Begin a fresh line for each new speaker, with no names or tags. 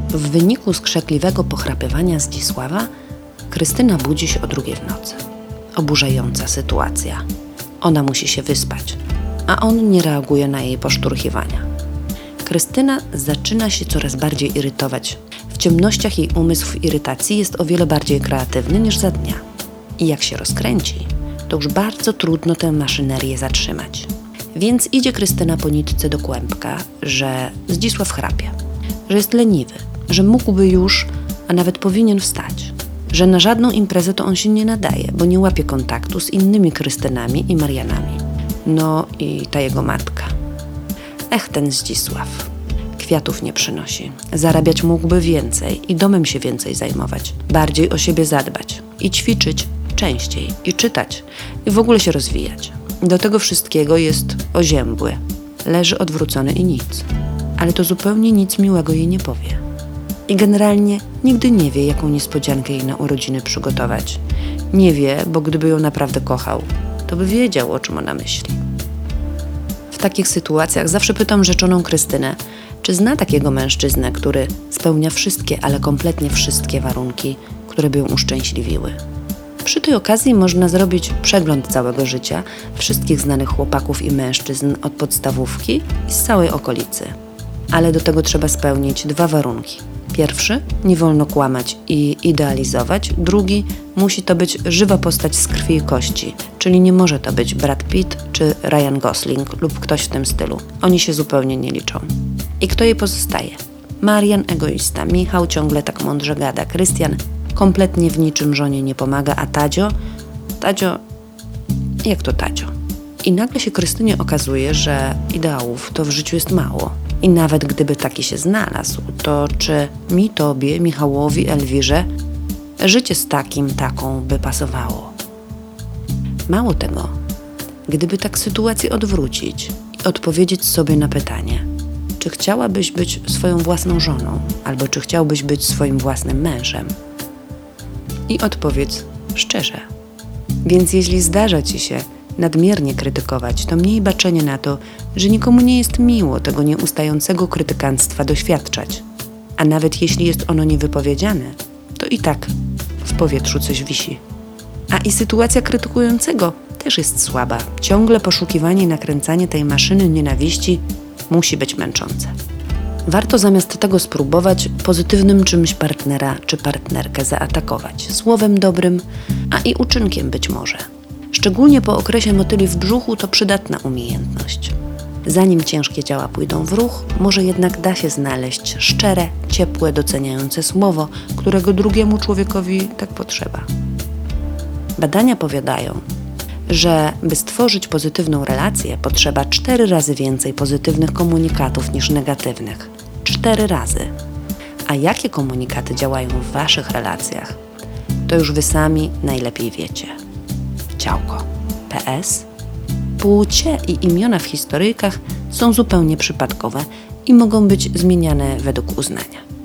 W wyniku skrzekliwego pochrapywania Zdzisława Krystyna budzi się o 2 w nocy. Oburzająca sytuacja. Ona musi się wyspać, a on nie reaguje na jej poszturchiwania. Krystyna zaczyna się coraz bardziej irytować. W ciemnościach jej umysł w irytacji jest o wiele bardziej kreatywny niż za dnia. I jak się rozkręci, to już bardzo trudno tę maszynerię zatrzymać. Więc idzie Krystyna po nitce do kłębka, że Zdzisław chrapie, że jest leniwy, że mógłby już, a nawet powinien wstać, że na żadną imprezę to on się nie nadaje, bo nie łapie kontaktu z innymi Krystynami i Marianami. No i ta jego matka. Ech, ten Zdzisław. Kwiatów nie przynosi. Zarabiać mógłby więcej i domem się więcej zajmować. Bardziej o siebie zadbać. I ćwiczyć częściej. I czytać. I w ogóle się rozwijać. Do tego wszystkiego jest oziębły. Leży odwrócony i nic. Ale to zupełnie nic miłego jej nie powie. I generalnie nigdy nie wie, jaką niespodziankę jej na urodziny przygotować. Nie wie, bo gdyby ją naprawdę kochał, to by wiedział, o czym ona myśli. W takich sytuacjach zawsze pytam rzeczoną Krystynę, czy zna takiego mężczyznę, który spełnia wszystkie, ale kompletnie wszystkie warunki, które by ją uszczęśliwiły. Przy tej okazji można zrobić przegląd całego życia wszystkich znanych chłopaków i mężczyzn od podstawówki i z całej okolicy. Ale do tego trzeba spełnić 2 warunki. Pierwszy, nie wolno kłamać i idealizować. Drugi, musi to być żywa postać z krwi i kości, czyli nie może to być Brad Pitt czy Ryan Gosling lub ktoś w tym stylu. Oni się zupełnie nie liczą. I kto jej pozostaje? Marian egoista, Michał ciągle tak mądrze gada, Krystian kompletnie w niczym żonie nie pomaga, a Tadzio? Jak to Tadzio? I nagle się Krystynie okazuje, że ideałów to w życiu jest mało. I nawet gdyby taki się znalazł, to czy mi, tobie, Michałowi, Elwirze życie z taką by pasowało? Mało tego, gdyby tak sytuację odwrócić i odpowiedzieć sobie na pytanie, czy chciałabyś być swoją własną żoną, albo czy chciałbyś być swoim własnym mężem? I odpowiedz szczerze. Więc jeśli zdarza ci się nadmiernie krytykować, to miej baczenie na to, że nikomu nie jest miło tego nieustającego krytykanstwa doświadczać. A nawet jeśli jest ono niewypowiedziane, to i tak w powietrzu coś wisi. A i sytuacja krytykującego też jest słaba. Ciągle poszukiwanie i nakręcanie tej maszyny nienawiści musi być męczące. Warto zamiast tego spróbować pozytywnym czymś partnera czy partnerkę zaatakować. Słowem dobrym, a i uczynkiem być może. Szczególnie po okresie motyli w brzuchu to przydatna umiejętność. Zanim ciężkie ciała pójdą w ruch, może jednak da się znaleźć szczere, ciepłe, doceniające słowo, którego drugiemu człowiekowi tak potrzeba. Badania powiadają, że by stworzyć pozytywną relację, potrzeba 4 razy więcej pozytywnych komunikatów niż negatywnych. 4 razy. A jakie komunikaty działają w waszych relacjach, to już wy sami najlepiej wiecie. Ciałko. PS. Płcie i imiona w historyjkach są zupełnie przypadkowe i mogą być zmieniane według uznania.